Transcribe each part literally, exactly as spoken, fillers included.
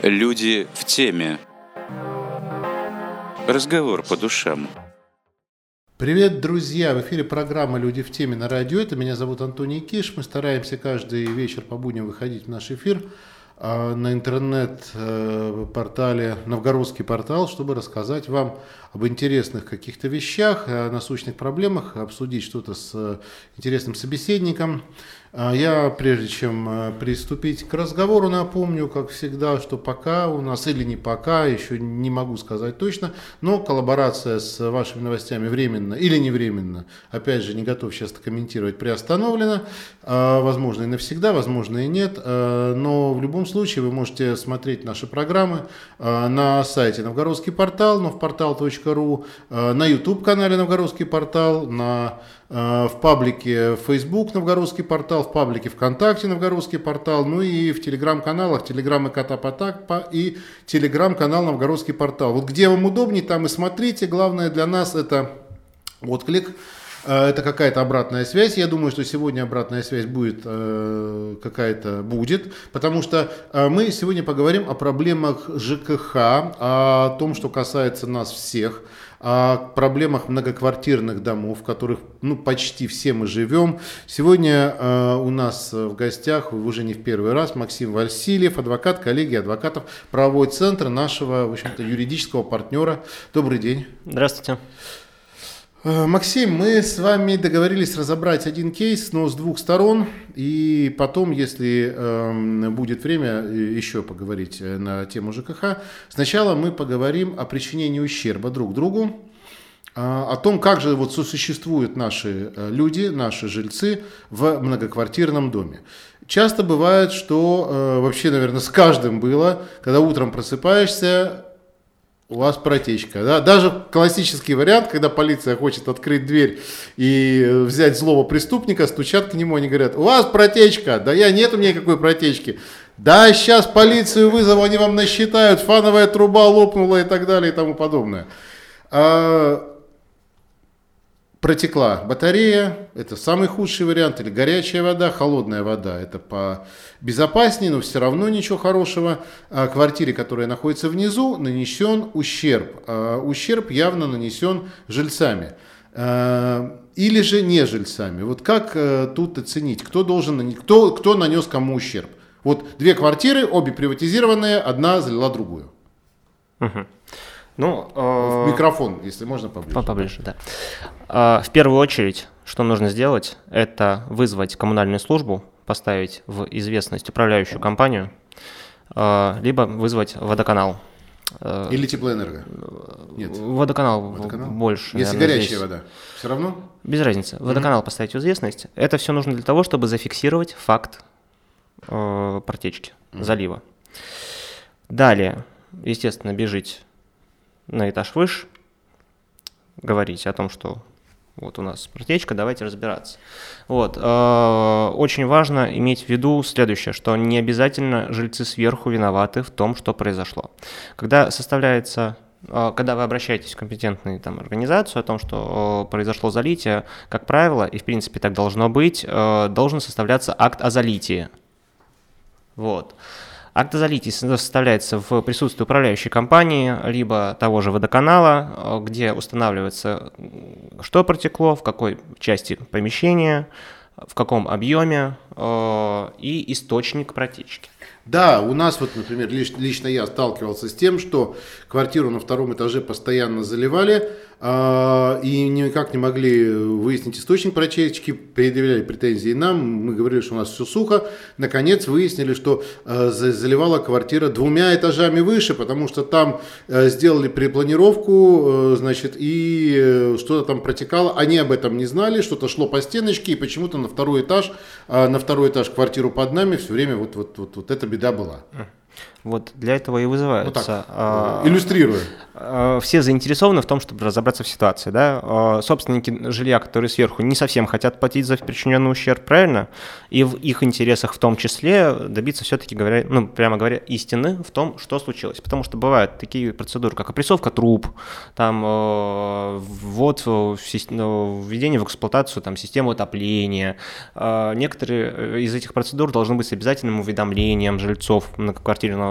Люди в теме. Разговор по душам. Привет, друзья! В эфире программа «Люди в теме» на радио. Это меня зовут Антоний Киш. Мы стараемся каждый вечер по будням выходить в наш эфир на интернет-портале «Новгородский портал», чтобы рассказать вам об интересных каких-то вещах, о насущных проблемах, обсудить что-то с интересным собеседником. Я, прежде чем приступить к разговору, напомню, как всегда, что пока у нас, или не пока, еще не могу сказать точно, но коллаборация с вашими новостями временно или не временно, опять же, не готов сейчас это комментировать, приостановлена. Возможно, и навсегда, возможно, и нет. Но в любом случае вы можете смотреть наши программы на сайте «Новгородский портал», новпортал точка ру, на YouTube-канале «Новгородский портал», на в паблике Facebook «Новгородский портал», в паблике ВКонтакте «Новгородский портал», ну и в телеграм-каналах «Телеграм» и «Кота-Потапа» и телеграм-канал «Новгородский портал». Вот где вам удобнее, там и смотрите. Главное для нас это отклик, это какая-то обратная связь. Я думаю, что сегодня обратная связь будет какая-то будет, потому что мы сегодня поговорим о проблемах ЖКХ, о том, что касается нас всех, о проблемах многоквартирных домов, в которых ну, почти все мы живем. Сегодня э, у нас в гостях, уже не в первый раз, Максим Васильев, адвокат, коллегия адвокатов, правовой центр нашего, в общем-то, юридического партнера. Добрый день. Здравствуйте. Максим, мы с вами договорились разобрать один кейс, но с двух сторон, и потом, если э, будет время, еще поговорить на тему ЖКХ. Сначала мы поговорим о причинении ущерба друг другу, э, о том, как же вот сосуществуют наши люди, наши жильцы в многоквартирном доме. Часто бывает, что э, вообще, наверное, с каждым было, когда утром просыпаешься, у вас протечка. Да? Даже классический вариант, когда полиция хочет открыть дверь и взять злого преступника, стучат к нему, они говорят: у вас протечка. Да я, нет у меня никакой протечки. Да, сейчас полицию вызову, они вам насчитают, фановая труба лопнула и так далее и тому подобное. А, протекла батарея, это самый худший вариант, или горячая вода, холодная вода, это побезопаснее, но все равно ничего хорошего. А квартире, которая находится внизу, нанесен ущерб. А ущерб явно нанесен жильцами. А, или же не жильцами. Вот как а, тут оценить, кто должен, кто, кто нанес кому ущерб? Вот две квартиры, обе приватизированные, одна залила другую. Угу. Ну, в микрофон, если можно, поближе. Поближе, да. В первую очередь, что нужно сделать, это вызвать коммунальную службу, поставить в известность управляющую компанию, либо вызвать водоканал. Или теплоэнерго? Нет. Водоканал, водоканал? Больше. Если наверное, горячая здесь. вода, все равно? Без разницы. Водоканал mm-hmm. поставить в известность. Это все нужно для того, чтобы зафиксировать факт э, протечки, mm-hmm. залива. Далее, естественно, бежите на этаж выше, говорить о том, что вот у нас протечка, давайте разбираться. Вот. Очень важно иметь в виду следующее, что не обязательно жильцы сверху виноваты в том, что произошло. Когда составляется, когда вы обращаетесь в компетентную там, организацию о том, что произошло залитие, как правило, и в принципе так должно быть, должен составляться акт о залитии. Вот. Акт о залитии составляется в присутствии управляющей компании, либо того же водоканала, где устанавливается, что протекло, в какой части помещения, в каком объеме и источник протечки. Да, у нас вот, например, лично я сталкивался с тем, что квартиру на втором этаже постоянно заливали э, и никак не могли выяснить источник протечки, предъявляли претензии нам, мы говорили, что у нас все сухо. Наконец выяснили, что э, заливала квартира двумя этажами выше, потому что там э, сделали перепланировку, э, значит, и э, что-то там протекало. Они об этом не знали, что-то шло по стеночке, и почему-то на второй этаж, э, на второй этаж квартиру под нами все время вот, вот, вот, вот это беда была. Вот для этого и вызываются. Вот так, а, иллюстрирую. А, все заинтересованы в том, чтобы разобраться в ситуации. Да? А, собственники жилья, которые сверху, не совсем хотят платить за причиненный ущерб, правильно? И в их интересах в том числе добиться все-таки, говоря, ну, прямо говоря, истины в том, что случилось. Потому что бывают такие процедуры, как опрессовка труб, там, э, ввод, введение в эксплуатацию там, системы отопления. Э, некоторые из этих процедур должны быть с обязательным уведомлением жильцов многоквартирного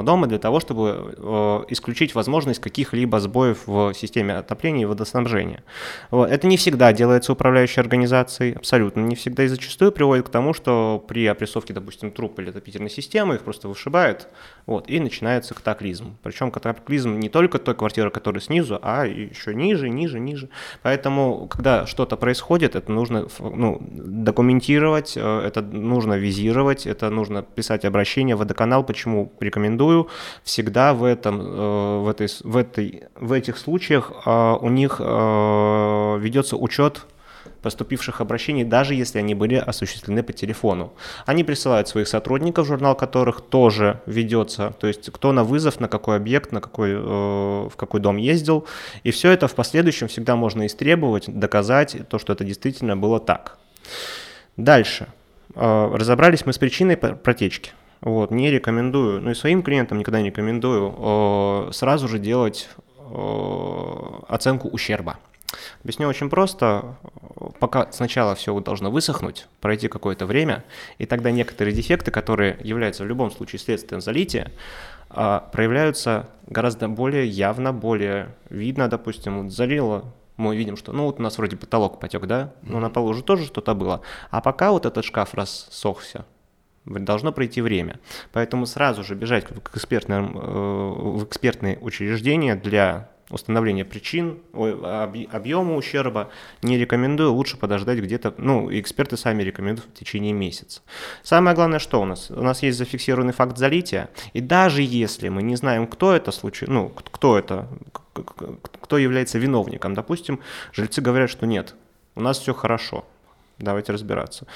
дома для того, чтобы э, исключить возможность каких-либо сбоев в системе отопления и водоснабжения. Вот. Это не всегда делается управляющей организацией, абсолютно не всегда, и зачастую приводит к тому, что при опрессовке, допустим, труб или отопительной системы их просто вышибает, вот, и начинается катаклизм. Причем катаклизм не только той квартиры, которая снизу, а еще ниже, ниже, ниже. Поэтому, когда что-то происходит, это нужно ну, документировать, это нужно визировать, это нужно писать обращение в водоканал. Почему рекомендую? Всегда в, этом, в, этой, в, этой, в этих случаях у них ведется учет поступивших обращений, даже если они были осуществлены по телефону. Они присылают своих сотрудников, журнал которых тоже ведется, то есть кто на вызов, на какой объект, на какой, э, в какой дом ездил, и все это в последующем всегда можно истребовать, доказать то, что это действительно было так. Дальше. Э, разобрались мы с причиной протечки. Вот, не рекомендую, ну и своим клиентам никогда не рекомендую э, сразу же делать э, оценку ущерба. Объясню очень просто. Пока сначала все должно высохнуть, пройти какое-то время, и тогда некоторые дефекты, которые являются в любом случае следствием залития, проявляются гораздо более явно, более видно. Допустим, вот залило, мы видим, что ну вот у нас вроде потолок потек, да, но на полу уже тоже что-то было. А пока вот этот шкаф рассохся, должно пройти время. Поэтому сразу же бежать к экспертным, в экспертные учреждения для установления причин, объема ущерба не рекомендую, лучше подождать где-то, ну, эксперты сами рекомендуют в течение месяца. Самое главное, что у нас? У нас есть зафиксированный факт залития, и даже если мы не знаем, кто это случай, ну, кто это, кто является виновником, допустим, жильцы говорят, что нет, у нас все хорошо. Давайте разбираться.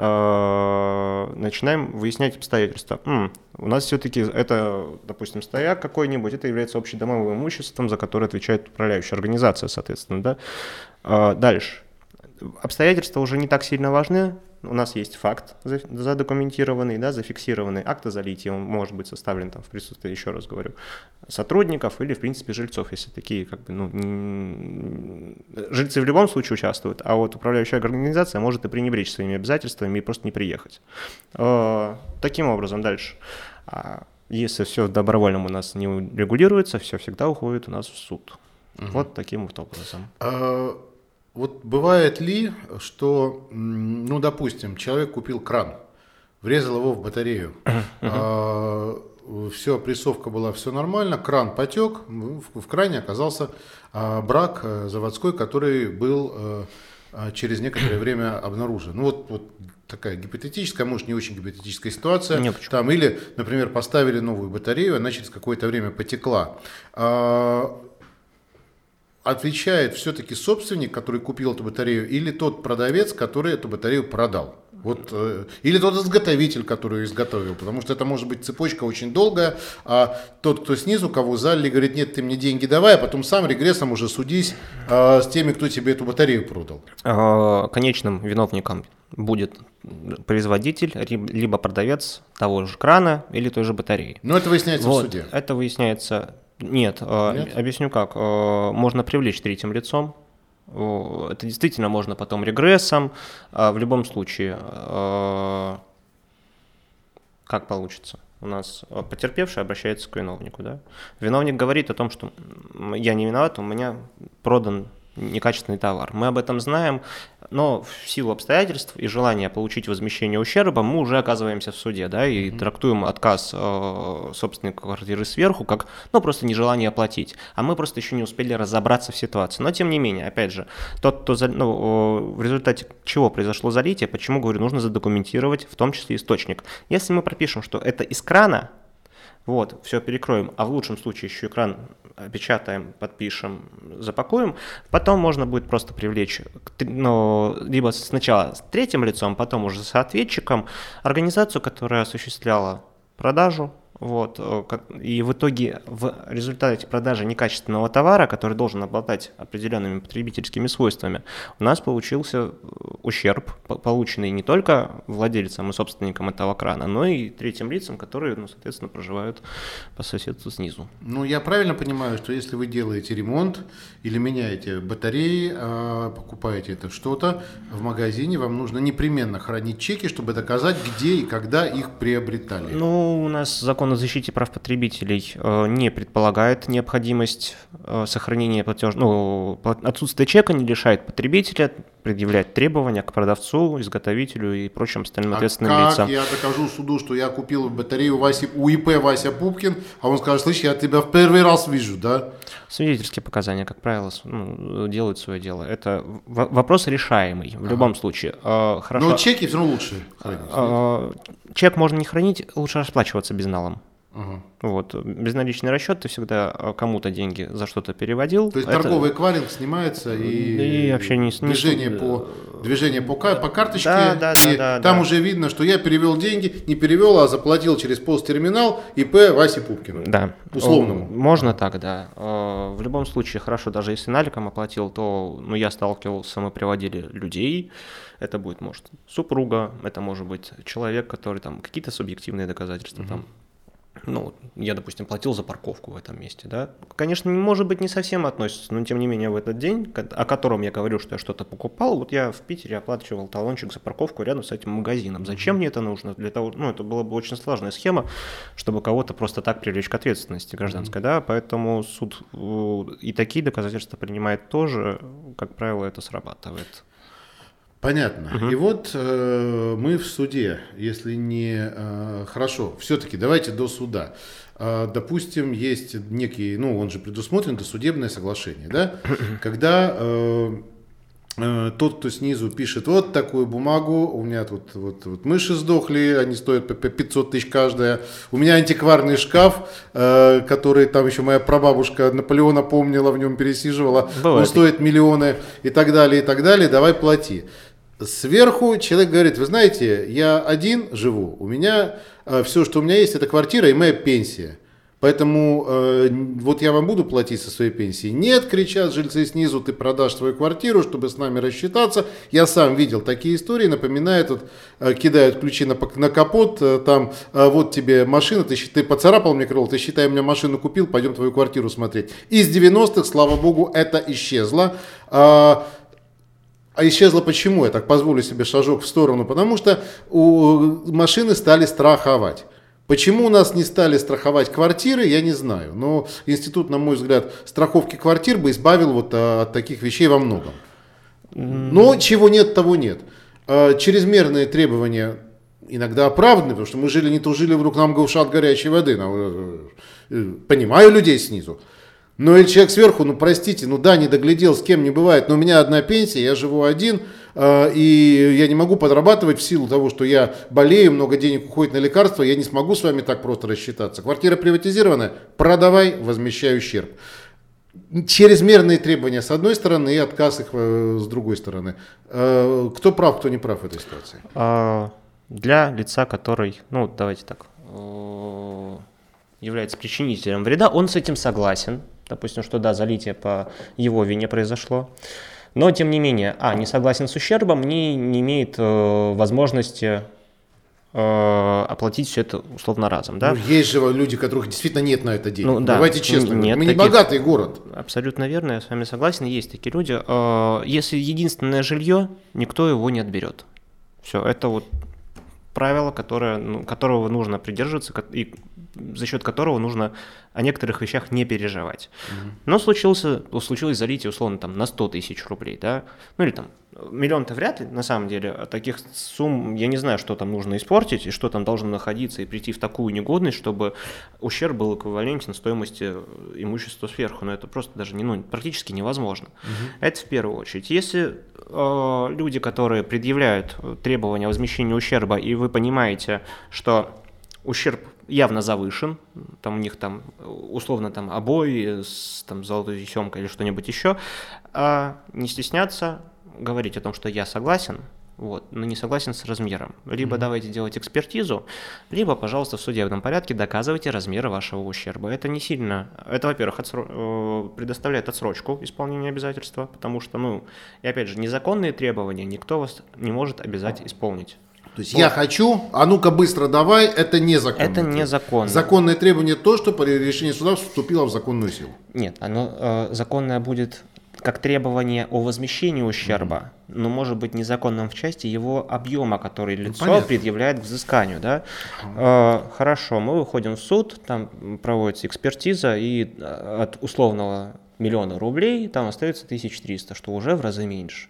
Начинаем выяснять обстоятельства. М-м, у нас все-таки это, допустим, стояк какой-нибудь, это является общедомовым имуществом, за которое отвечает управляющая организация, соответственно. Да? Дальше. Обстоятельства уже не так сильно важны. У нас есть факт задокументированный, да, зафиксированный. Акт о залитии, он может быть составлен там, в присутствии, еще раз говорю, сотрудников или, в принципе, жильцов, если такие, как бы, ну, не... жильцы в любом случае участвуют, а вот управляющая организация может и пренебречь своими обязательствами и просто не приехать. Таким образом, дальше. Если все добровольно у нас не регулируется, все всегда уходит у нас в суд. Угу. Вот таким вот образом. Вот бывает ли, что, ну, допустим, человек купил кран, врезал его в батарею, uh-huh. а, все, опрессовка была, все нормально, кран потек, в, в кране оказался а, брак а, заводской, который был а, а, через некоторое время обнаружен. Ну, вот, вот такая гипотетическая, может, не очень гипотетическая ситуация. Нет, там, или, например, поставили новую батарею, она через какое-то время потекла. А, отвечает все-таки собственник, который купил эту батарею, или тот продавец, который эту батарею продал? Вот, э, или тот изготовитель, который ее изготовил, потому что это может быть цепочка очень долгая, а тот, кто снизу, кого залили, говорит, нет, ты мне деньги давай, а потом сам регрессом уже судись э, с теми, кто тебе эту батарею продал. Конечным виновником будет производитель, либо продавец того же крана или той же батареи. Но это выясняется вот, в суде? Это выясняется... Нет, Нет, объясню как. Можно привлечь третьим лицом. Это действительно можно потом регрессом. В любом случае, как получится? У нас потерпевший обращается к виновнику. Да? Виновник говорит о том, что я не виноват, у меня продан некачественный товар. Мы об этом знаем, но в силу обстоятельств и желания получить возмещение ущерба мы уже оказываемся в суде, да, и mm-hmm. трактуем отказ э, собственника квартиры сверху как, ну, просто нежелание оплатить. А мы просто еще не успели разобраться в ситуации. Но, тем не менее, опять же, тот, кто, ну, в результате чего произошло залитие, почему, говорю, нужно задокументировать, в том числе источник. Если мы пропишем, что это из крана, вот, все перекроем, а в лучшем случае еще экран опечатаем, подпишем, запакуем, потом можно будет просто привлечь, ну, либо сначала с третьим лицом, потом уже с ответчиком, организацию, которая осуществляла продажу, вот, и в итоге в результате продажи некачественного товара, который должен обладать определенными потребительскими свойствами, у нас получился ущерб, полученный не только владельцам и собственникам этого крана, но и третьим лицам, которые, ну, соответственно, проживают по соседству снизу. Ну, я правильно понимаю, что если вы делаете ремонт или меняете батареи, покупаете это что-то в магазине, вам нужно непременно хранить чеки, чтобы доказать, где и когда их приобретали? Ну, у нас закон закон о защите прав потребителей не предполагает необходимость сохранения платежа, ну, отсутствие чека не лишает потребителя предъявлять требования к продавцу, изготовителю и прочим остальным ответственным а лицам. Как я докажу суду, что я купил батарею Васи, у ИП Вася Пупкин, а он скажет: слышь, я тебя в первый раз вижу, да? Свидетельские показания, как правило, ну, делают свое дело. Это вопрос решаемый в ага. любом случае. Хорошо. Но чеки все равно лучше хранить. Чек можно не хранить, лучше расплачиваться безналом. Ага. Вот. Безналичный расчет, ты всегда кому-то деньги за что-то переводил. То есть это... торговый эквайринг снимается и, и вообще не, движение, не... По, движение по, по карточке, да, да, и да, да, там да. уже видно, что я перевел деньги, не перевел, а заплатил через посттерминал ИП Васи Пупкина. Да. Условному. Можно так, да. В любом случае, хорошо, даже если наликом оплатил, то ну, я сталкивался, мы приводили людей. Это будет, может, супруга, это может быть человек, который там какие-то субъективные доказательства, угу. там, ну, я, допустим, платил за парковку в этом месте, да. Конечно, может быть, не совсем относится, но тем не менее в этот день, о котором я говорю, что я что-то покупал, вот я в Питере оплачивал талончик за парковку рядом с этим магазином. Зачем мне это нужно? Для того, ну, это была бы очень сложная схема, чтобы кого-то просто так привлечь к ответственности гражданской, да, поэтому суд и такие доказательства принимает тоже, как правило, это срабатывает. Понятно. Угу. И вот э, мы в суде, если не... Э, хорошо, все-таки давайте до суда. Э, допустим, есть некий, ну, он же предусмотрен, досудебное соглашение, да? Когда э, э, тот, кто снизу пишет вот такую бумагу, у меня тут вот, вот мыши сдохли, они стоят по пятьсот тысяч каждая, у меня антикварный шкаф, э, который там еще моя прабабушка Наполеона помнила, в нем пересиживала, бывает. Он стоит миллионы и так далее, и так далее, давай плати. Сверху человек говорит: вы знаете, я один живу, у меня э, все, что у меня есть, это квартира и моя пенсия. Поэтому э, вот я вам буду платить со своей пенсии. Нет, кричат жильцы снизу, ты продашь свою квартиру, чтобы с нами рассчитаться. Я сам видел такие истории, напоминают, вот, э, кидают ключи на, на капот, э, там э, вот тебе машина, ты, ты поцарапал мне крыло, ты считай, у меня машину купил, пойдем твою квартиру смотреть. Из девяностых, слава богу, это исчезло. Э, А исчезло почему? Я так позволю себе шажок в сторону. Потому что у машины стали страховать. Почему у нас не стали страховать квартиры, я не знаю. Но институт, на мой взгляд, страховки квартир бы избавил вот от таких вещей во многом. Но чего нет, того нет. Чрезмерные требования иногда оправданы, потому что мы жили, не тужили, вдруг нам ушат горячей воды. Понимаю людей снизу. Но или человек сверху, ну простите, ну да, не доглядел, с кем не бывает, но у меня одна пенсия, я живу один, э, и я не могу подрабатывать в силу того, что я болею, много денег уходит на лекарства, я не смогу с вами так просто рассчитаться. Квартира приватизированная, продавай, возмещай ущерб. Чрезмерные требования с одной стороны и отказ их э, с другой стороны. Э, кто прав, кто не прав в этой ситуации? А, для лица, который, ну давайте так, является причинителем вреда, он с этим согласен. Допустим, что да, залитие по его вине произошло. Но, тем не менее, а, не согласен с ущербом, не, не имеет э, возможности э, оплатить все это условно разом. Да? Ну, есть же люди, у которых действительно нет на это денег. Ну, да. Давайте честно, нет, мы таких... не богатый город. Абсолютно верно, я с вами согласен, есть такие люди. Э, если единственное жилье, никто его не отберет. Все, это вот правило, которое, ну, которого нужно придерживаться и за счет которого нужно о некоторых вещах не переживать. Mm-hmm. Но случился, случилось залитие условно там, на сто тысяч рублей, да, ну или там миллион-то вряд ли, на самом деле, а таких сумм, я не знаю, что там нужно испортить и что там должно находиться и прийти в такую негодность, чтобы ущерб был эквивалентен стоимости имущества сверху, но это просто даже не, ну, практически невозможно. Mm-hmm. Это в первую очередь. Если э, люди, которые предъявляют требования о возмещении ущерба, и вы понимаете, что ущерб явно завышен, там у них там условно там обои с там, золотой тесемкой или что-нибудь еще, а не стесняться говорить о том, что я согласен, вот, но не согласен с размером. Либо mm-hmm. давайте делать экспертизу, либо, пожалуйста, в судебном порядке доказывайте размеры вашего ущерба. Это не сильно, это, во-первых, отсро... предоставляет отсрочку исполнения обязательства, потому что, ну, и опять же, незаконные требования никто вас не может обязать исполнить. То есть вот. Я хочу, а ну-ка быстро давай, это незаконно. Это незаконно. Законное требование то, что по решению суда вступило в законную силу. Нет, оно э, законное будет как требование о возмещении ущерба, но может быть незаконным в части его объема, который лицо Понятно. предъявляет к взысканию. Да? Э, хорошо, мы выходим в суд, там проводится экспертиза, и от условного миллиона рублей там остается тысяча триста, что уже в разы меньше.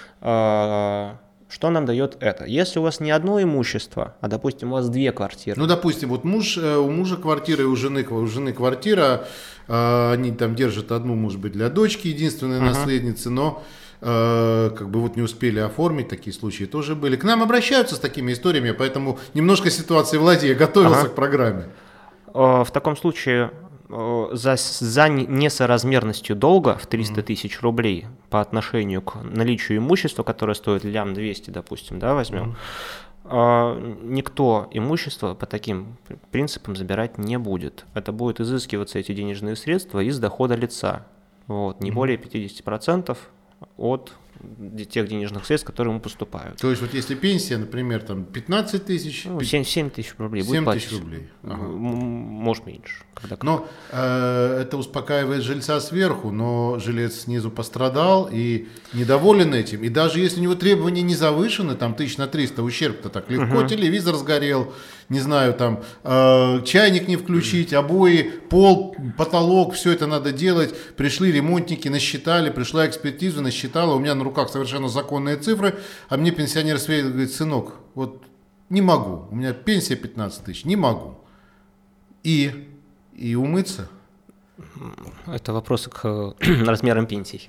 Э, Что нам дает это? Если у вас не одно имущество, а, допустим, у вас две квартиры. Ну, допустим, вот муж, у мужа квартира и у жены, у жены квартира, они там держат одну, может быть, для дочки, единственной uh-huh. наследницы, но как бы вот не успели оформить, такие случаи тоже были. К нам обращаются с такими историями, поэтому немножко ситуации владею, готовился uh-huh. к программе. В таком случае за, за несоразмерностью долга в триста тысяч рублей по отношению к наличию имущества, которое стоит лям двести, допустим, да, возьмем, mm-hmm. никто имущество по таким принципам забирать не будет. Это будет изыскиваться эти денежные средства из дохода лица. Вот, не mm-hmm. более пятьдесят процентов от тех денежных средств, которые ему поступают. То есть вот если пенсия, например, там пятнадцать тысяч... Ну, семь тысяч рублей семь будет тысяч рублей. Ага. Может меньше. Когда но э, это успокаивает жильца сверху, но жилец снизу пострадал и недоволен этим. И даже если у него требования не завышены, там тысяч на триста, ущерб-то так легко, uh-huh. телевизор сгорел, не знаю, там э, чайник не включить, обои, пол, потолок, все это надо делать. Пришли ремонтники, насчитали, пришла экспертиза, насчитала, у меня на руках совершенно законные цифры, а мне пенсионер светит, говорит: сынок, вот не могу, у меня пенсия пятнадцать тысяч, не могу. И, и умыться? Это вопросы к размерам пенсий,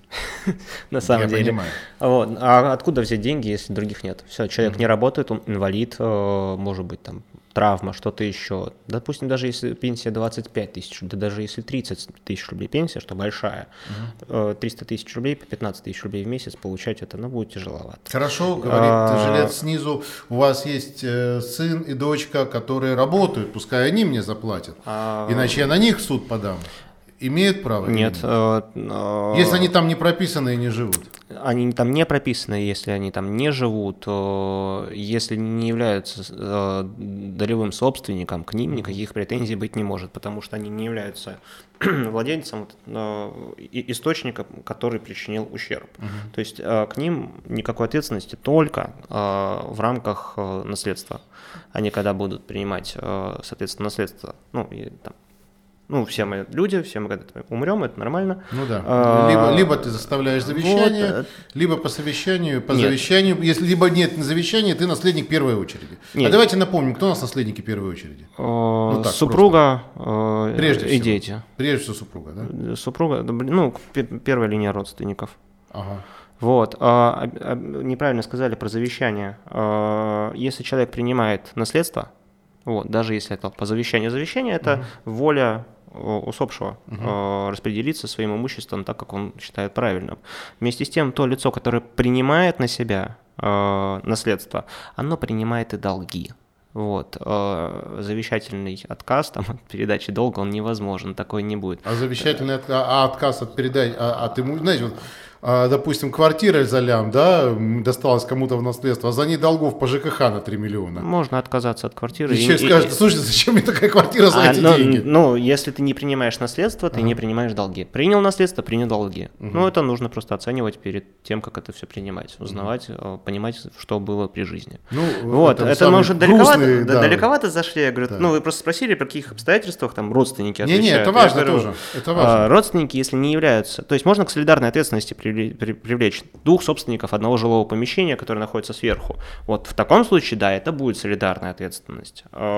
на самом Я деле. Понимаю. Вот. А откуда взять деньги, если других нет? Все, человек mm-hmm. не работает, он инвалид, может быть, там травма, что-то еще. Допустим, даже если пенсия двадцать пять тысяч, да даже если тридцать тысяч рублей пенсия, что большая, mm-hmm. триста тысяч рублей по пятнадцать тысяч рублей в месяц получать это, ну, будет тяжеловато. Хорошо, говорит жилец снизу, у вас есть сын и дочка, которые работают, пускай они мне заплатят, иначе я на них в суд подам. Имеют право? Нет. Э, э, если они там не прописаны и не живут? Они там не прописаны, если они там не живут, э, если не являются э, долевым собственником, к ним никаких претензий быть не может, потому что они не являются владельцем э, источника, который причинил ущерб. Uh-huh. То есть э, к ним никакой ответственности, только э, в рамках э, наследства. Они когда будут принимать, э, соответственно, наследство, ну, и там, ну, все мы люди, все мы когда-то умрем, это нормально. Ну да. А, либо, либо ты заставляешь завещание, вот, либо по совещанию, по нет. завещанию. Если либо нет завещания, ты наследник первой очереди. Нет. А давайте напомним, кто у нас наследники первой очереди? Ну, так, супруга э, Прежде и всего. Дети. Прежде всего супруга, да? Супруга, ну, первая линия родственников. Ага. Вот. А, а, неправильно сказали про завещание. А, если человек принимает наследство, вот, даже если это по завещанию завещание, это угу. воля усопшего uh-huh. э, распределиться своим имуществом так, как он считает правильным. Вместе с тем, то лицо, которое принимает на себя э, наследство, оно принимает и долги. Вот. Э, завещательный отказ там, от передачи долга, он невозможен, такой не будет. А завещательный от, а отказ от передачи, а, от имущества, знаете, вот, а, допустим, квартира за лям, да, досталась кому-то в наследство, а за ней долгов по ЖКХ на три миллиона. Можно отказаться от квартиры. И, и человек и, скажет: слушайте, зачем мне такая квартира за а, эти ну, деньги? Ну, если ты не принимаешь наследство, ты ага. не принимаешь долги. Принял наследство, принял долги. Угу. Ну, это нужно просто оценивать перед тем, как это все принимать, узнавать, угу. понимать, что было при жизни. Ну, вот, это, это мы уже далековато, грустные, да, да, далековато зашли. Я говорю, да. ну, вы просто спросили, при каких обстоятельствах там родственники отвечают. Не, не, это важно говорю, тоже. Это важно. Родственники, если не являются... То есть можно к солидарной ответственности привлечь двух собственников одного жилого помещения, которое находится сверху. Вот в таком случае, да, это будет солидарная ответственность.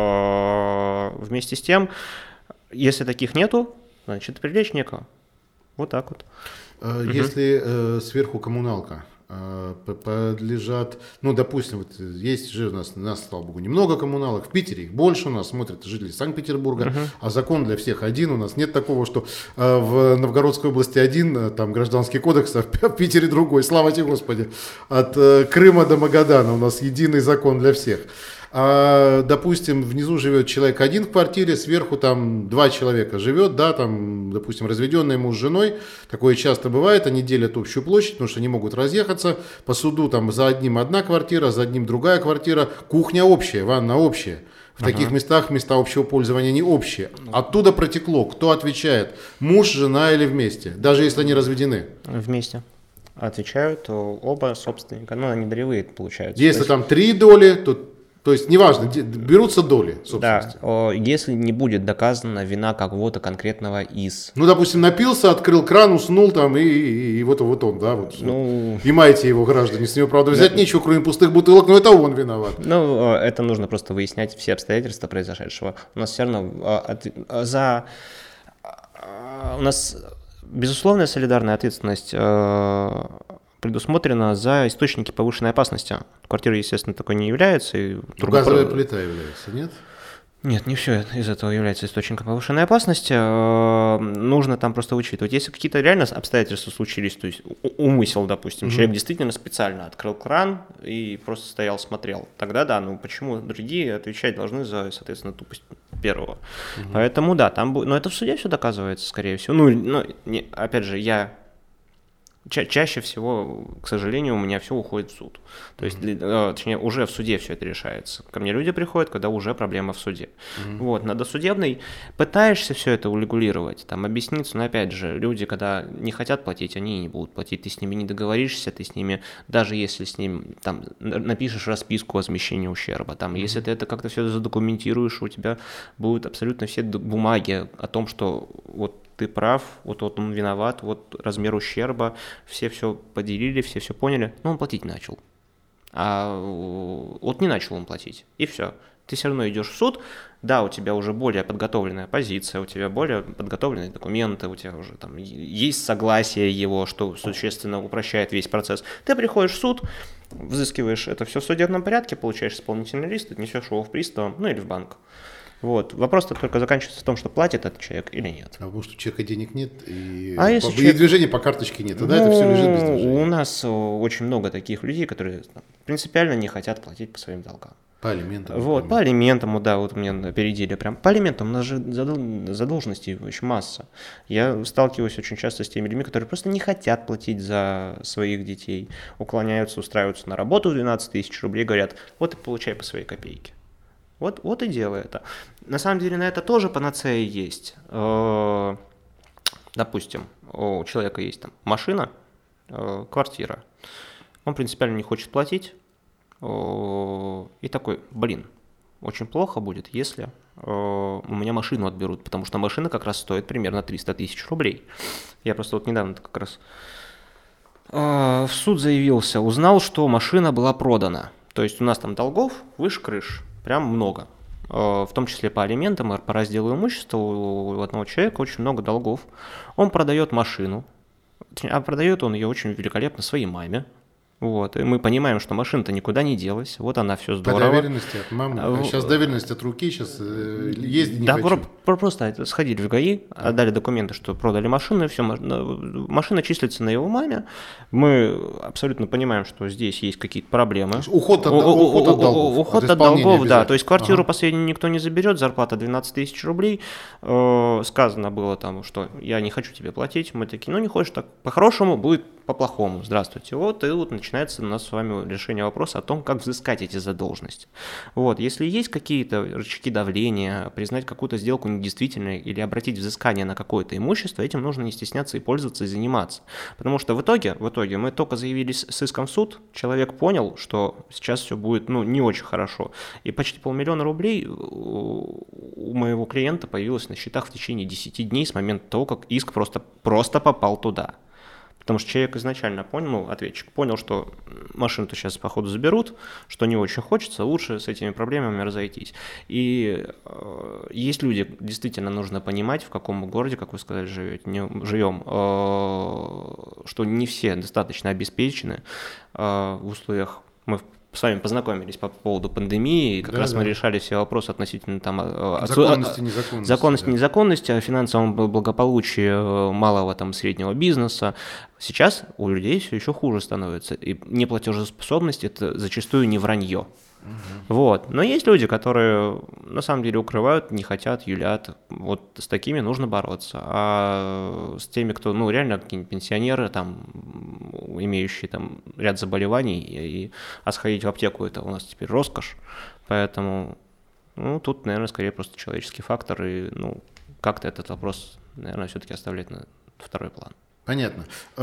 Вместе с тем, если таких нету, значит, привлечь некого. Вот так вот. Если угу. э, сверху коммуналка э, подлежат, ну, допустим, вот есть же у нас, у нас, слава богу, немного коммуналок, в Питере их больше, у нас смотрят жители Санкт-Петербурга, угу. а закон для всех один, у нас нет такого, что э, в Новгородской области один, там гражданский кодекс, а в Питере другой, слава тебе Господи, от э, Крыма до Магадана у нас единый закон для всех. А, допустим, внизу живет человек один в квартире, сверху там два человека живет, да, там, допустим, разведенный муж с женой, такое часто бывает, они делят общую площадь, потому что не могут разъехаться, по суду там за одним одна квартира, за одним другая квартира, кухня общая, ванна общая. В uh-huh. таких местах места общего пользования не общие. Оттуда протекло. Кто отвечает? Муж, жена или вместе? Даже если они разведены. Вместе. Отвечают оба собственника. Ну, они долевые получаются. Если есть... там три доли, то, то есть неважно, берутся доли собственности. Да, если не будет доказана вина кого-то конкретного из. Ну, допустим, напился, открыл кран, уснул там, и, и, и вот, вот он, да, вот. Ну... И маете его, граждане, с него, правда, взять да. нечего, кроме пустых бутылок, но это он виноват. Ну, это нужно просто выяснять все обстоятельства произошедшего. У нас все равно за... У нас безусловная солидарная ответственность предусмотрена за источники повышенной опасности. Квартира, естественно, такой не является. И турбо... Газовая плита является, нет? Нет, не все из этого является источником повышенной опасности. Нужно там просто учитывать. Если какие-то реально обстоятельства случились, то есть умысел, допустим, mm-hmm. человек действительно специально открыл кран и просто стоял, смотрел, тогда да, ну почему другие отвечать должны за, соответственно, тупость первого. Mm-hmm. Поэтому да, там будет, но это в суде все доказывается, скорее всего. Ну, ну не, опять же, я Ча- чаще всего, к сожалению, у меня все уходит в суд. То есть, mm-hmm. точнее, уже в суде все это решается. Ко мне люди приходят, когда уже проблема в суде. Mm-hmm. Вот, на досудебной пытаешься все это урегулировать, там, объясниться, но опять же, люди, когда не хотят платить, они и не будут платить. Ты с ними не договоришься, ты с ними, даже если с ним, там, напишешь расписку о возмещении ущерба, там, mm-hmm. если ты это как-то все задокументируешь, у тебя будут абсолютно все бумаги о том, что вот ты прав, вот, вот он виноват, вот размер ущерба, все все поделили, все все поняли, но он платить начал. А вот не начал он платить, и все. Ты все равно идешь в суд, да, у тебя уже более подготовленная позиция, у тебя более подготовленные документы, у тебя уже там есть согласие его, что существенно упрощает весь процесс. Ты приходишь в суд, взыскиваешь это все в судебном порядке, получаешь исполнительный лист, отнесешь его в пристав, ну или в банк. Вот. Вопрос-то только заканчивается в том, что платит этот человек или нет. А потому что у человека денег нет, и, а по... человек... и движения по карточке нет, тогда ну, это все лежит без движения. У нас очень много таких людей, которые принципиально не хотят платить по своим долгам. По алиментам. Вот, например. По алиментам, да, вот меня опередили прям. По алиментам у нас же задолженностей очень масса. Я сталкиваюсь очень часто с теми людьми, которые просто не хотят платить за своих детей, уклоняются, устраиваются на работу в двенадцать тысяч рублей, говорят, вот и получай по своей копейке. Вот, вот и делай это. На самом деле на это тоже панацея есть. Допустим, у человека есть там машина, квартира. Он принципиально не хочет платить. И такой, блин, очень плохо будет, если у меня машину отберут, потому что машина как раз стоит примерно триста тысяч рублей. Я просто вот недавно как раз в суд заявился, узнал, что машина была продана. То есть у нас там долгов выше крыш. Прям много, в том числе по алиментам, по разделу имущества у одного человека очень много долгов. Он продает машину, а продает он ее очень великолепно своей маме. Вот, и мы понимаем, что машина-то никуда не делась, вот она, все здорово. По доверенности от мамы, а сейчас доверенность от руки, сейчас э, ездить не да, хочу. Про- просто сходили в ГАИ, да. Отдали документы, что продали машину, и все, машина числится на его маме, мы абсолютно понимаем, что здесь есть какие-то проблемы. Уход от, уход от долгов. Уход от, от долгов, да, то есть квартиру ага. последнюю никто не заберет, зарплата двенадцать тысяч рублей, э, сказано было там, что я не хочу тебе платить, мы такие, ну не хочешь, так по-хорошему будет по-плохому, здравствуйте, вот, и вот начинается у нас с вами решение вопроса о том, как взыскать эти задолженности. Вот, если есть какие-то рычаги давления, признать какую-то сделку недействительной или обратить взыскание на какое-то имущество, этим нужно не стесняться и пользоваться, и заниматься. Потому что в итоге, в итоге мы только заявились с иском в суд, человек понял, что сейчас все будет, ну, не очень хорошо, и почти полмиллиона рублей у моего клиента появилось на счетах в течение десяти дней с момента того, как иск просто, просто попал туда. Потому что человек изначально понял, ну, ответчик понял, что машину-то сейчас, походу, заберут, что не очень хочется, лучше с этими проблемами разойтись. И э, есть люди, действительно нужно понимать, в каком городе, как вы сказали, живете, не, живем, э, что не все достаточно обеспечены э, в условиях, мы с вами познакомились по поводу пандемии, и как да, раз да. мы решали все вопросы относительно там, законности, незаконности, законности, да. незаконности, о финансовом благополучии малого там, среднего бизнеса. Сейчас у людей все еще хуже становится, и неплатежеспособность – это зачастую не вранье. Угу. Вот. Но есть люди, которые на самом деле укрывают, не хотят, юлят. Вот с такими нужно бороться. А с теми, кто, ну, реально какие-нибудь пенсионеры, там, имеющие там ряд заболеваний, и, а сходить в аптеку – это у нас теперь роскошь. Поэтому Ну, тут, наверное, скорее просто человеческий фактор, и, ну, как-то этот вопрос, наверное, все-таки оставлять на второй план. Понятно.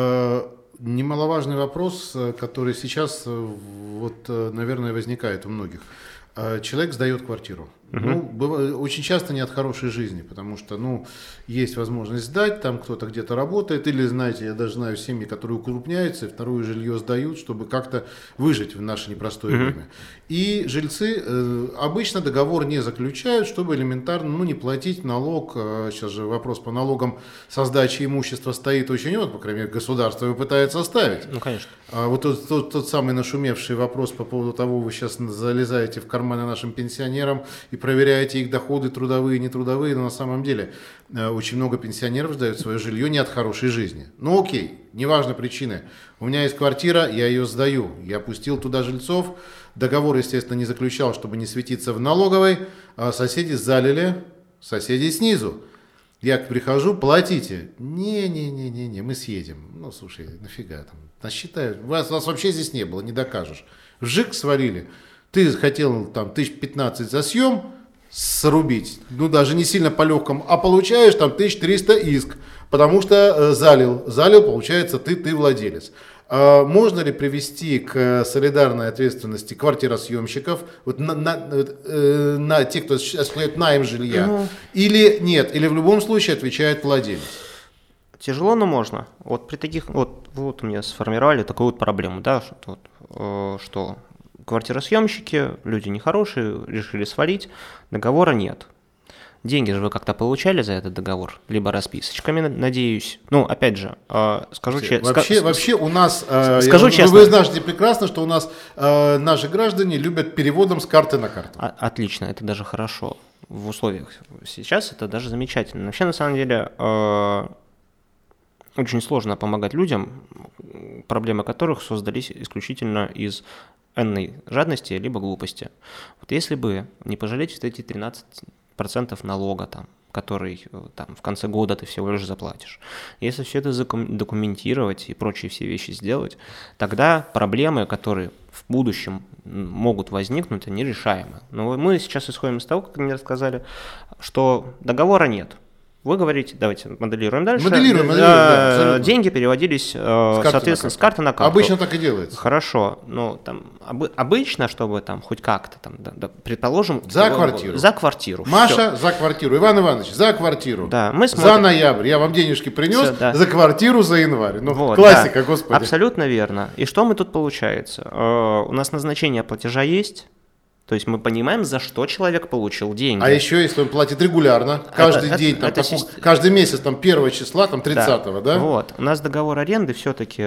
Немаловажный вопрос, который сейчас, вот, наверное, возникает у многих. Человек сдает квартиру. Uh-huh. Ну, бывает, очень часто не от хорошей жизни, потому что, ну, есть возможность сдать, там кто-то где-то работает, или, знаете, я даже знаю семьи, которые укрупняются и второе жилье сдают, чтобы как-то выжить в наше непростое uh-huh. время. И жильцы э, обычно договор не заключают, чтобы элементарно, ну, не платить налог. Сейчас же вопрос по налогам со сдачи имущества стоит очень, вот, по крайней мере, государство его пытается оставить. Ну, конечно. А вот тот, тот, тот самый нашумевший вопрос по поводу того, вы сейчас залезаете в карманы нашим пенсионерам и проверяете их доходы трудовые, нетрудовые, но на самом деле э, очень много пенсионеров сдают свое жилье не от хорошей жизни. Ну окей, неважно причины. У меня есть квартира, я ее сдаю. Я пустил туда жильцов, договор, естественно, не заключал, чтобы не светиться в налоговой, а соседи залили, соседи снизу. Я прихожу, платите. Не-не-не-не, мы съедем. Ну, слушай, нафига там? Нас считают, вас, вас вообще здесь не было, не докажешь. Вжик свалили. Ты хотел там тысяч пятнадцать за съем срубить, ну даже не сильно по легкому, а получаешь там тысяч триста иск, потому что э, залил, залил, получается, ты, ты владелец. А можно ли привести к солидарной ответственности квартиросъемщиков, вот на, на, э, на тех, кто осуществляет найм жилья, ну, или нет, или в любом случае отвечает владелец? Тяжело, но можно. Вот при таких, вот, вот у меня сформировали такую вот проблему, да, что, э, что квартиросъемщики, люди нехорошие, решили свалить, договора нет. Деньги же вы как-то получали за этот договор, либо расписочками, надеюсь. Ну, опять же, э, скажу честно. Вообще, ска- вообще у нас, э, скажу я, честно. Вы знаете прекрасно, что у нас э, наши граждане любят переводом с карты на карту. А, отлично, это даже хорошо. В условиях сейчас это даже замечательно. Вообще, на самом деле, э, очень сложно помогать людям, проблемы которых создались исключительно из энной жадности либо глупости. Вот если бы не пожалеть вот эти тринадцать процентов налога, там, который там, в конце года ты всего лишь заплатишь, если все это документировать и прочие все вещи сделать, тогда проблемы, которые в будущем могут возникнуть, они решаемы. Но мы сейчас исходим из того, как мне рассказали, что договора нет. Вы говорите, давайте моделируем дальше. Моделируем, моделируем, да, деньги переводились, с соответственно, с карты на карту. Обычно так и делается. Хорошо, но там об, обычно, чтобы там хоть как-то там, да, да, предположим, за квартиру. За квартиру. Маша Все. За квартиру. Иван Иванович за квартиру. Да, мы смотрим. За ноябрь. Я вам денежки принес. Все, да. За квартиру за январь. Ну, вот, классика, да. Господи. Абсолютно верно. И что мы тут получается? Э, у нас назначение платежа есть. То есть мы понимаем, за что человек получил деньги. А еще, если он платит регулярно, каждый это, день, это, там, это такой, сист... каждый месяц, там, первого числа, там, тридцатого, да? да? Вот. У нас договор аренды все-таки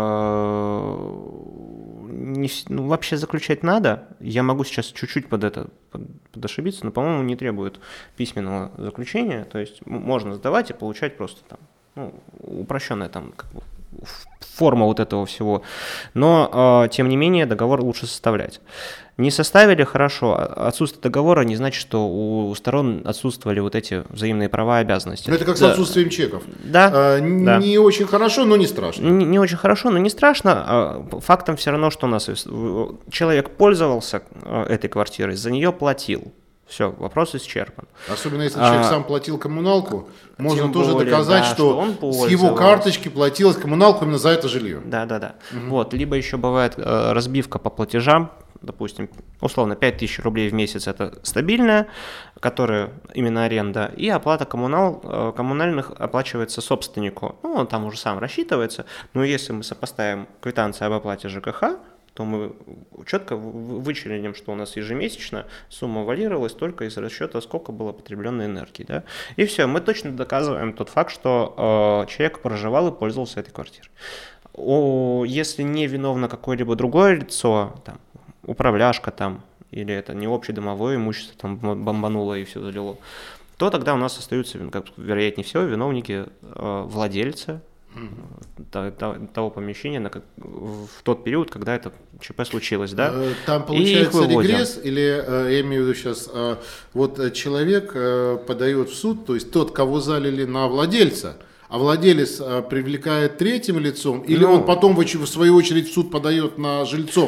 э, не, ну, вообще заключать надо. Я могу сейчас чуть-чуть под это под, подошибиться, но, по-моему, не требует письменного заключения. То есть можно сдавать и получать просто там, ну, упрощенная там как бы форма вот этого всего. Но, э, тем не менее, договор лучше составлять. Не составили, хорошо. Отсутствие договора не значит, что у сторон отсутствовали вот эти взаимные права и обязанности. Но это как да. с отсутствием чеков. Да. А, да. Не очень хорошо, но не страшно. Не, не очень хорошо, но не страшно. Фактом все равно, что у нас человек пользовался этой квартирой, за нее платил. Все, вопрос исчерпан. Особенно если а, человек сам платил коммуналку, можно тоже более, доказать, да, что, что с его карточки платилась коммуналка именно за это жилье. Да, да, да. Угу. Вот, либо еще бывает э, разбивка по платежам. Допустим, условно, пять тысяч рублей в месяц – это стабильная, которая именно аренда, и оплата коммунал, коммунальных оплачивается собственнику. Ну, он там уже сам рассчитывается, но если мы сопоставим квитанции об оплате ЖКХ, то мы четко вычленим, что у нас ежемесячно сумма варьировалась только из расчета, сколько было потребленной энергии. Да? И все, мы точно доказываем тот факт, что э, человек проживал и пользовался этой квартирой. О, если не виновно какое-либо другое лицо, там, управляшка там, или это не общедомовое имущество там бомбануло и все залило, то тогда у нас остаются, как, вероятнее всего, виновники э, владельцы mm-hmm. того помещения на, в тот период, когда это ЧП случилось, да? Там получается регресс, или, я имею в виду сейчас, вот человек подает в суд, то есть тот, кого залили, на владельца, а владелец привлекает третьим лицом, или ну, он потом в свою очередь в суд подает на жильцов?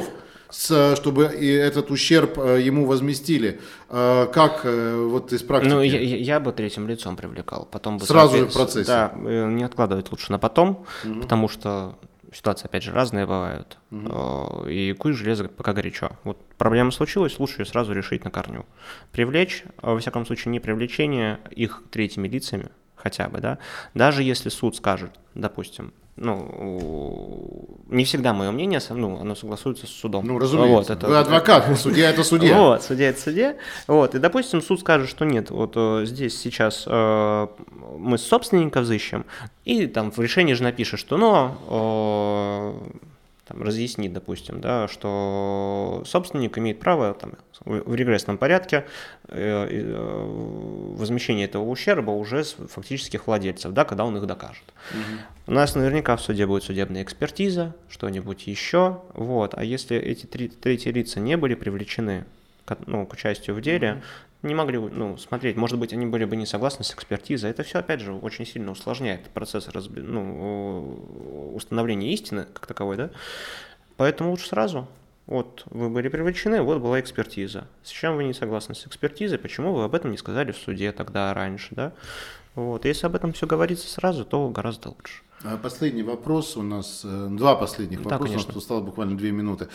с, чтобы и этот ущерб ему возместили. Как вот из практики? Ну, я, я бы третьим лицом привлекал. Потом бы Сразу же в процессе? Да, не откладывать лучше на потом, угу. потому что ситуации, опять же, разные бывают. Угу. И куй железо пока горячо. Вот проблема случилась, лучше ее сразу решить на корню. Привлечь, во всяком случае, не привлечение их третьими лицами, хотя бы, да. Даже если суд скажет, допустим, ну, не всегда мое мнение, ну, оно согласуется с судом. Ну, разумеется. Вот, это, Вы адвокат, это, судья – это судья. Вот, судья – это судья. Вот, и, допустим, суд скажет, что нет, вот здесь сейчас э, мы с собственника взыщем, и там в решении же напишет, что, ну, э, там, разъяснит, допустим, да, что собственник имеет право там, в регрессном порядке э, э, возмещения этого ущерба уже с фактических владельцев, да, когда он их докажет. Угу. У нас наверняка в суде будет судебная экспертиза, что-нибудь еще, вот. А если эти три, третьи лица не были привлечены к, ну, к участию в деле, угу. не могли ну, смотреть, может быть, они были бы не согласны с экспертизой. Это все, опять же, очень сильно усложняет процесс разби... ну, установления истины как таковой, да. Поэтому лучше сразу. Вот, вы были привлечены, вот была экспертиза. С чем вы не согласны с экспертизой, почему вы об этом не сказали в суде тогда раньше, да? Вот, если об этом все говорится сразу, то гораздо лучше. Последний вопрос у нас, два последних да, вопроса, конечно. у нас осталось буквально две минуты.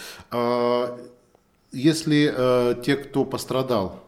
Если те, кто пострадал,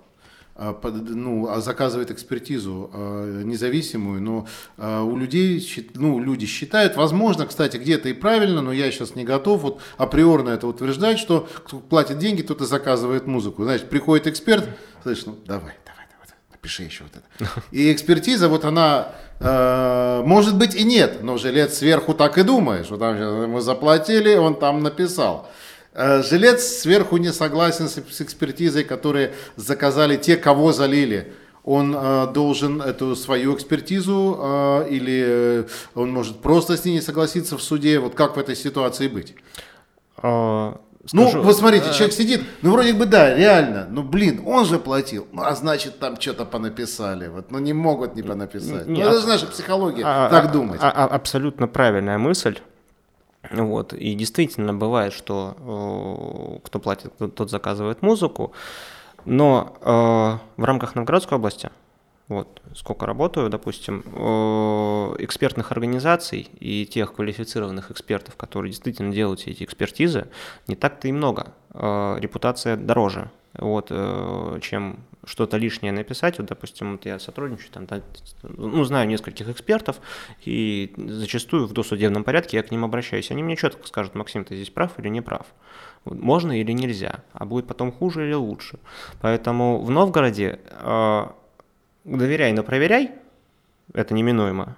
ну, заказывает экспертизу независимую, но у людей, ну, люди считают, возможно, кстати, где-то и правильно, но я сейчас не готов вот априорно это утверждать, что кто платит деньги, тот и заказывает музыку. Значит, приходит эксперт, слышишь, ну, давай, давай, давай, напиши еще вот это. И экспертиза, вот она, э, может быть и нет, но жилец сверху так и думаешь, вот там мы заплатили, он там написал. Жилец сверху не согласен с экспертизой, которые заказали те, кого залили. Он э, должен эту свою экспертизу э, или э, он может просто с ней не согласиться в суде. Вот как в этой ситуации быть? А, ну, скажу, вот смотрите, а... человек сидит, ну вроде бы да, реально, ну блин, он же платил, ну, а значит там что-то понаписали, вот, ну не могут не понаписать. Не, ну, это же наша психология, а, так а, думать. А, а, абсолютно правильная мысль. Вот. И действительно бывает, что э, кто платит, тот заказывает музыку, но э, в рамках Новгородской области, вот сколько работаю, допустим, э, экспертных организаций и тех квалифицированных экспертов, которые действительно делают все эти экспертизы, не так-то и много. Э, репутация дороже, вот, э, чем что-то лишнее написать. Вот, допустим, вот я сотрудничаю, там, да, ну, знаю нескольких экспертов, и зачастую в досудебном порядке я к ним обращаюсь. Они мне четко скажут: Максим, ты здесь прав или не прав? Можно или нельзя? А будет потом хуже или лучше? Поэтому в Новгороде э, доверяй, но проверяй. Это неминуемо.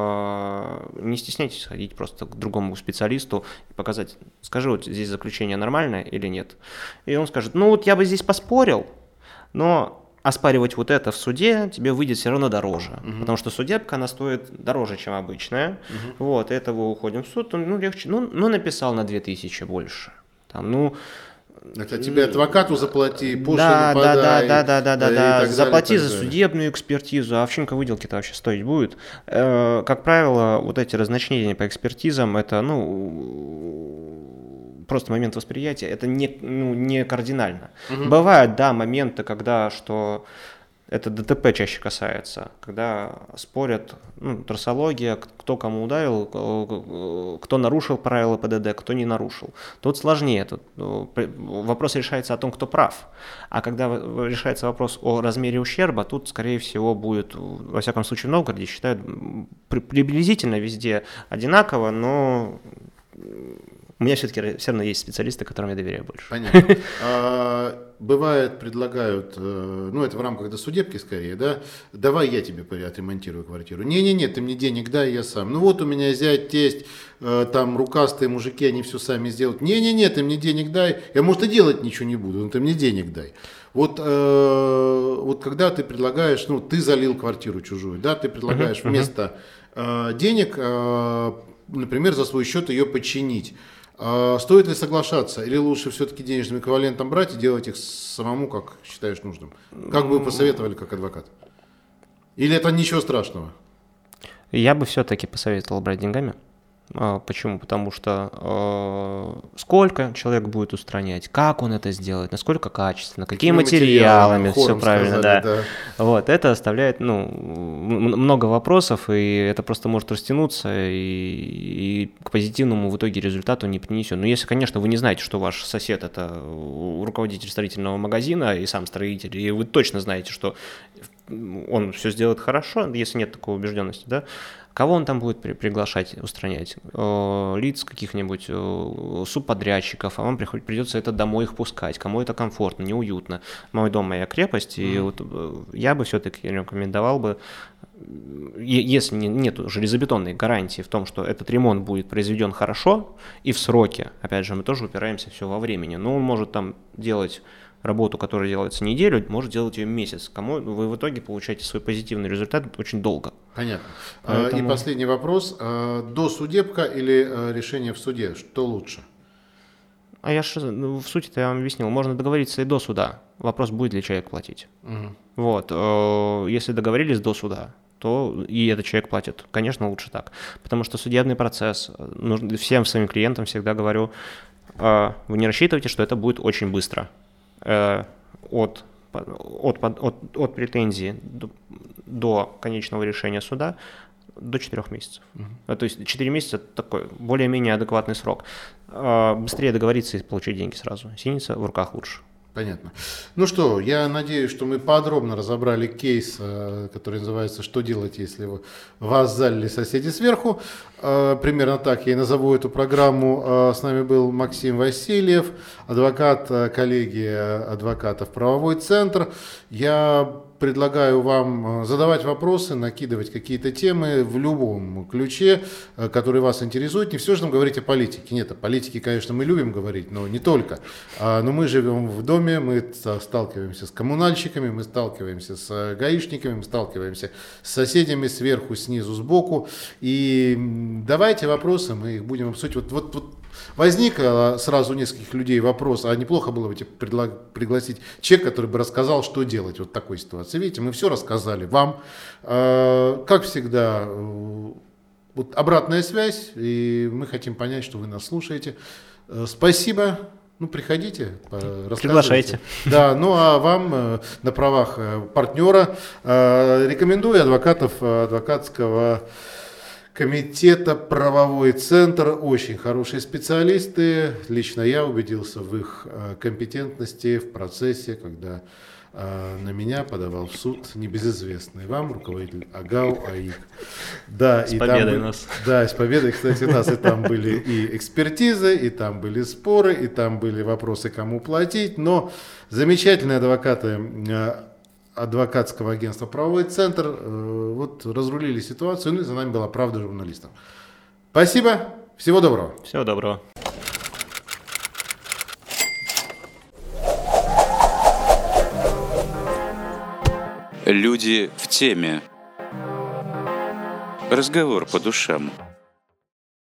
Не стесняйтесь ходить просто к другому специалисту и показать, скажи, вот здесь заключение нормальное или нет. И он скажет: ну вот я бы здесь поспорил, но оспаривать вот это в суде тебе выйдет все равно дороже, uh-huh. потому что судебка, она стоит дороже, чем обычная. Uh-huh. Вот, это мы уходим в суд, ну легче, ну, ну написал на две тысячи больше. Там, ну, это тебе адвокату заплати, пошлину да, подай. Да, да, да, да, да, да. Заплати далее, за судебную экспертизу, а овчинка выделки-то вообще стоить будет. Э, как правило, вот эти разночтения по экспертизам, это, ну, просто момент восприятия, это не, ну, не кардинально. Угу. Бывают, да, моменты, когда, что это ДТП чаще касается, когда спорят, ну, трассология, кто кому ударил, кто нарушил правила ПДД, кто не нарушил. Тут сложнее, тут вопрос решается о том, кто прав. А когда решается вопрос о размере ущерба, тут, скорее всего, будет, во всяком случае, в Новгороде считают приблизительно везде одинаково, но у меня все-таки все равно есть специалисты, которым я доверяю больше. Понятно. Бывает, предлагают, ну это в рамках досудебки скорее, да, давай я тебе отремонтирую квартиру. Не-не-не, ты мне денег дай, я сам. Ну вот у меня зять, тесть, там рукастые мужики, они все сами сделают. Не-не-не, ты мне денег дай, я, может, и делать ничего не буду, но ты мне денег дай. Вот, э, вот когда ты предлагаешь, ну ты залил квартиру чужую, да, ты предлагаешь uh-huh, вместо э, денег, э, например, за свой счет ее починить. Стоит ли соглашаться, или лучше все-таки денежным эквивалентом брать и делать их самому, как считаешь нужным? Как бы вы посоветовали как адвокат? Или это ничего страшного? Я бы все-таки посоветовал брать деньгами. Почему? Потому что э, сколько человек будет устранять, как он это сделает, насколько качественно, какими, какими материалами, материалами все правильно, сказали, да. да. Вот, это оставляет ну, много вопросов, и это просто может растянуться, и, и к позитивному в итоге результату не принесет. Но если, конечно, вы не знаете, что ваш сосед – это руководитель строительного магазина и сам строитель, и вы точно знаете, что он все сделает хорошо, если нет такой убежденности, да, кого он там будет при- приглашать, устранять? Э, лиц каких-нибудь, э, субподрядчиков, а вам приход- придется это домой их пускать, кому это комфортно, неуютно. Мой дом, моя крепость, и mm-hmm. вот э, я бы все-таки рекомендовал бы, если не, нет железобетонной гарантии в том, что этот ремонт будет произведен хорошо и в сроке, опять же, мы тоже упираемся все во времени, но он может там делать работу, которая делается неделю, может делать ее месяц. Кому вы в итоге получаете свой позитивный результат очень долго. Понятно. Поэтому... И последний вопрос. Досудебка или решение в суде? Что лучше? А я же ну, в сути-то я вам объяснил. Можно договориться и до суда. Вопрос, будет ли человек платить. Угу. Вот. Если договорились до суда, то и этот человек платит. Конечно, лучше так. Потому что судебный процесс, нужно, всем своим клиентам всегда говорю, вы не рассчитывайте, что это будет очень быстро. От, от, от, от претензии до, до конечного решения суда до четырех месяцев. Uh-huh. То есть четыре месяца – это такой более-менее адекватный срок. Быстрее договориться и получить деньги сразу. Синица в руках лучше. Понятно. Ну что, я надеюсь, что мы подробно разобрали кейс, который называется «Что делать, если вас залили соседи сверху?». Примерно так я и назову эту программу. С нами был Максим Васильев, адвокат коллегии адвокатов «Правовой центр». Я предлагаю вам задавать вопросы, накидывать какие-то темы в любом ключе, который вас интересует. Не все же нам говорить о политике. Нет, о политике, конечно, мы любим говорить, но не только. Но мы живем в доме, мы сталкиваемся с коммунальщиками, мы сталкиваемся с гаишниками, мы сталкиваемся с соседями сверху, снизу, сбоку. И давайте вопросы, мы их будем обсудить. Вот, вот, вот возник сразу у нескольких людей вопрос, а неплохо было бы предла- пригласить человека, который бы рассказал, что делать вот в такой ситуации. Видите, мы все рассказали вам. Как всегда, вот обратная связь, и мы хотим понять, что вы нас слушаете. Спасибо. Ну, приходите, рассказывайте. Приглашайте. Да, ну а вам на правах партнера рекомендую адвокатов адвокатского комитета «Правовой центр». Очень хорошие специалисты. Лично я убедился в их компетентности в процессе, когда на меня подавал в суд небезызвестный вам руководитель АГАУ АИК. Да, с и победой там, нас. Да, с победой, кстати, нас. И там были и экспертизы, и там были споры, и там были вопросы, кому платить. Но замечательные адвокаты адвокатского агентства «Правовой центр» вот разрулили ситуацию, ну и за нами была правда журналистов. Спасибо, всего доброго. Всего доброго. Люди в теме. Разговор по душам.